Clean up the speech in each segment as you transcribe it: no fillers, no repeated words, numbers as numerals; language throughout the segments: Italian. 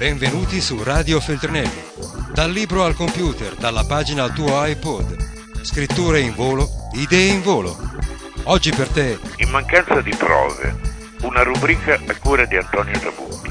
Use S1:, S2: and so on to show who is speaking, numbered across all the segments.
S1: Benvenuti su Radio Feltrinelli. Dal libro al computer, dalla pagina al tuo iPod. Scritture in volo, idee in volo. Oggi per te.
S2: In mancanza di prove, una rubrica a cura di Antonio Tabucchi.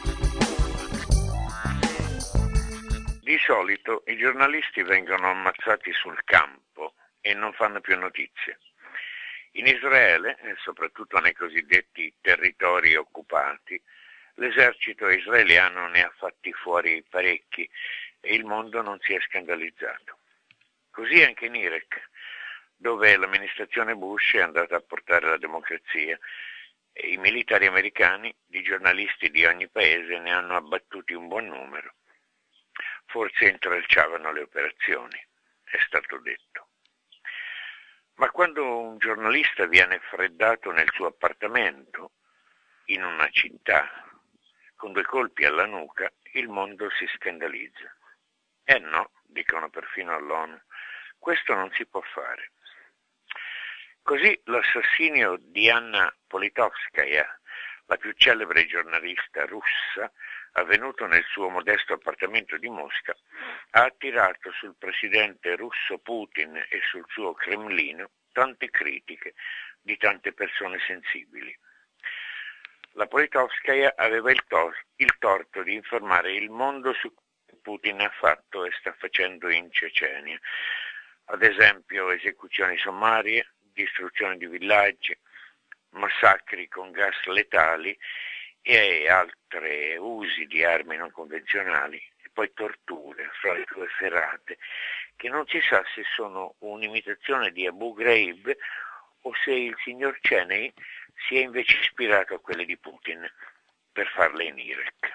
S2: Di solito i giornalisti vengono ammazzati sul campo e non fanno più notizie. In Israele, e soprattutto nei cosiddetti territori occupati, l'esercito israeliano ne ha fatti fuori parecchi e il mondo non si è scandalizzato. Così anche in Iraq, dove l'amministrazione Bush è andata a portare la democrazia e i militari americani, di giornalisti di ogni paese, ne hanno abbattuti un buon numero. Forse intralciavano le operazioni, è stato detto. Ma quando un giornalista viene freddato nel suo appartamento, in una città, con 2 colpi alla nuca, il mondo si scandalizza. No, dicono perfino all'ONU, questo non si può fare. Così l'assassinio di Anna Politkovskaja, la più celebre giornalista russa, avvenuto nel suo modesto appartamento di Mosca, ha attirato sul presidente russo Putin e sul suo Cremlino tante critiche di tante persone sensibili. La Politkovskaja aveva il torto di informare il mondo su quello che Putin ha fatto e sta facendo in Cecenia, ad esempio esecuzioni sommarie, distruzione di villaggi, massacri con gas letali e altri usi di armi non convenzionali, e poi torture fra le 2 ferrate, che non si sa se sono un'imitazione di Abu Ghraib o se il signor Cheney si è invece ispirato a quelle di Putin per farle in Iraq.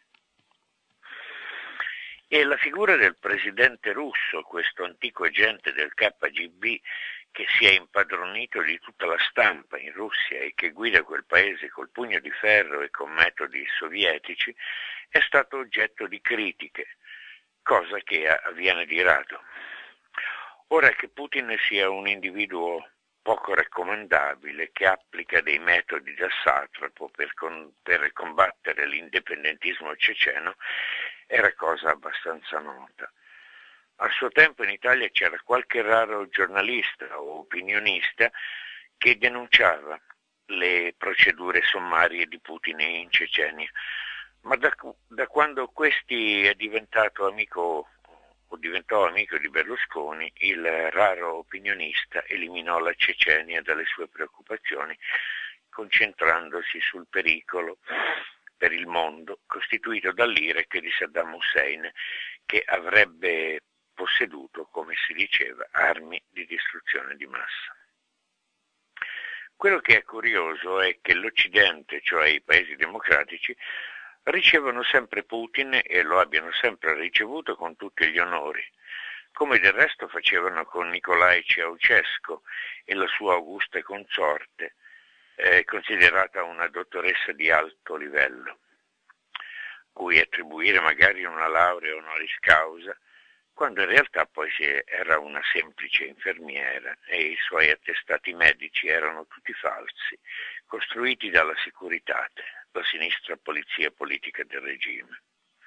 S2: E la figura del presidente russo, questo antico agente del KGB che si è impadronito di tutta la stampa in Russia e che guida quel paese col pugno di ferro e con metodi sovietici, è stato oggetto di critiche, cosa che avviene di rado. Ora che Putin sia un individuo poco raccomandabile, che applica dei metodi da satrapo per combattere l'indipendentismo ceceno, era cosa abbastanza nota. A suo tempo in Italia c'era qualche raro giornalista o opinionista che denunciava le procedure sommarie di Putin in Cecenia, ma da quando questi è diventato amico o diventò amico di Berlusconi, il raro opinionista eliminò la Cecenia dalle sue preoccupazioni, concentrandosi sul pericolo per il mondo costituito dall'Iraq e di Saddam Hussein, che avrebbe posseduto, come si diceva, armi di distruzione di massa. Quello che è curioso è che l'Occidente, cioè i paesi democratici, ricevono sempre Putin e lo abbiano sempre ricevuto con tutti gli onori, come del resto facevano con Nicolae Ceausescu e la sua augusta consorte, considerata una dottoressa di alto livello, cui attribuire magari una laurea honoris causa, quando in realtà poi era una semplice infermiera e i suoi attestati medici erano tutti falsi, costruiti dalla Securitate, la sinistra polizia politica del regime.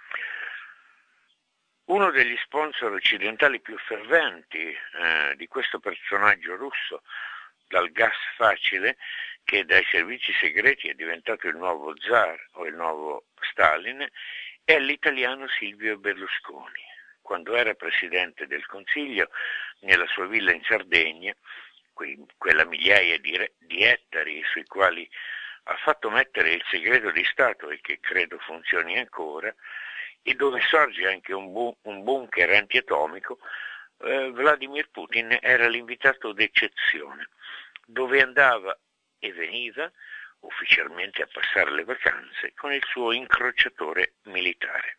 S2: Uno degli sponsor occidentali più ferventi di questo personaggio russo, dal gas facile, che dai servizi segreti è diventato il nuovo zar o il nuovo Stalin, è l'italiano Silvio Berlusconi. Quando era presidente del Consiglio, nella sua villa in Sardegna, quella migliaia di ettari sui quali ha fatto mettere il segreto di Stato e che credo funzioni ancora, e dove sorge anche un bunker antiatomico, Vladimir Putin era l'invitato d'eccezione, dove andava e veniva ufficialmente a passare le vacanze con il suo incrociatore militare.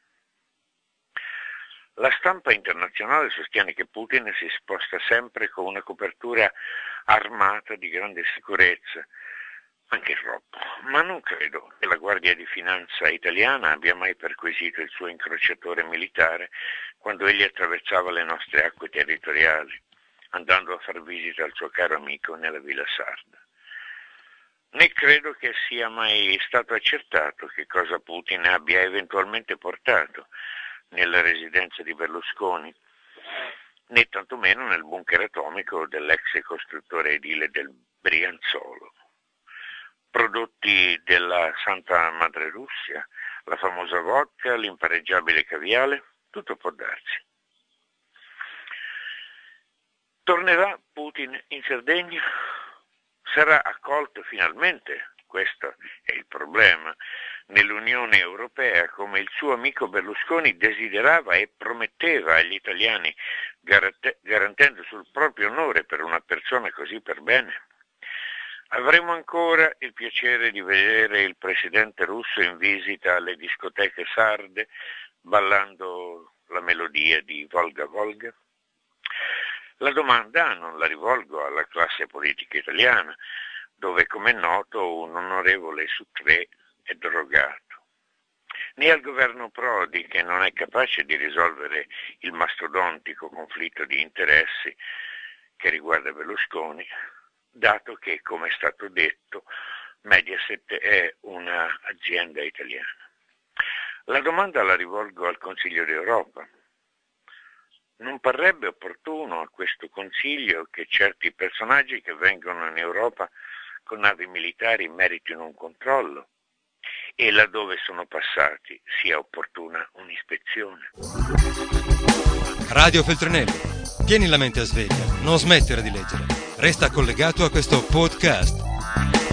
S2: La stampa internazionale sostiene che Putin si sposta sempre con una copertura armata di grande sicurezza, anche troppo, ma non credo che la Guardia di Finanza italiana abbia mai perquisito il suo incrociatore militare quando egli attraversava le nostre acque territoriali, andando a far visita al suo caro amico nella Villa Sarda. né credo che sia mai stato accertato che cosa Putin abbia eventualmente portato nella residenza di Berlusconi, né tantomeno nel bunker atomico dell'ex costruttore edile del Brianzolo. Prodotti della Santa Madre Russia, la famosa vodka, l'impareggiabile caviale, tutto può darsi. Tornerà Putin in Sardegna? Sarà accolto finalmente, questo è il problema, nell'Unione Europea come il suo amico Berlusconi desiderava e prometteva agli italiani, garantendo sul proprio onore per una persona così per bene? Avremo ancora il piacere di vedere il presidente russo in visita alle discoteche sarde, ballando la melodia di Volga Volga? La domanda non la rivolgo alla classe politica italiana, dove, come è noto, un onorevole su 3 è drogato, né al governo Prodi, che non è capace di risolvere il mastodontico conflitto di interessi che riguarda Berlusconi, dato che, come è stato detto, Mediaset è un'azienda italiana. La domanda la rivolgo al Consiglio d'Europa. Non parrebbe opportuno a questo Consiglio che certi personaggi che vengono in Europa con navi militari meritino un controllo e laddove sono passati sia opportuna un'ispezione?
S1: Radio Feltrinelli, tieni la mente a sveglia, non smettere di leggere. Resta collegato a questo podcast.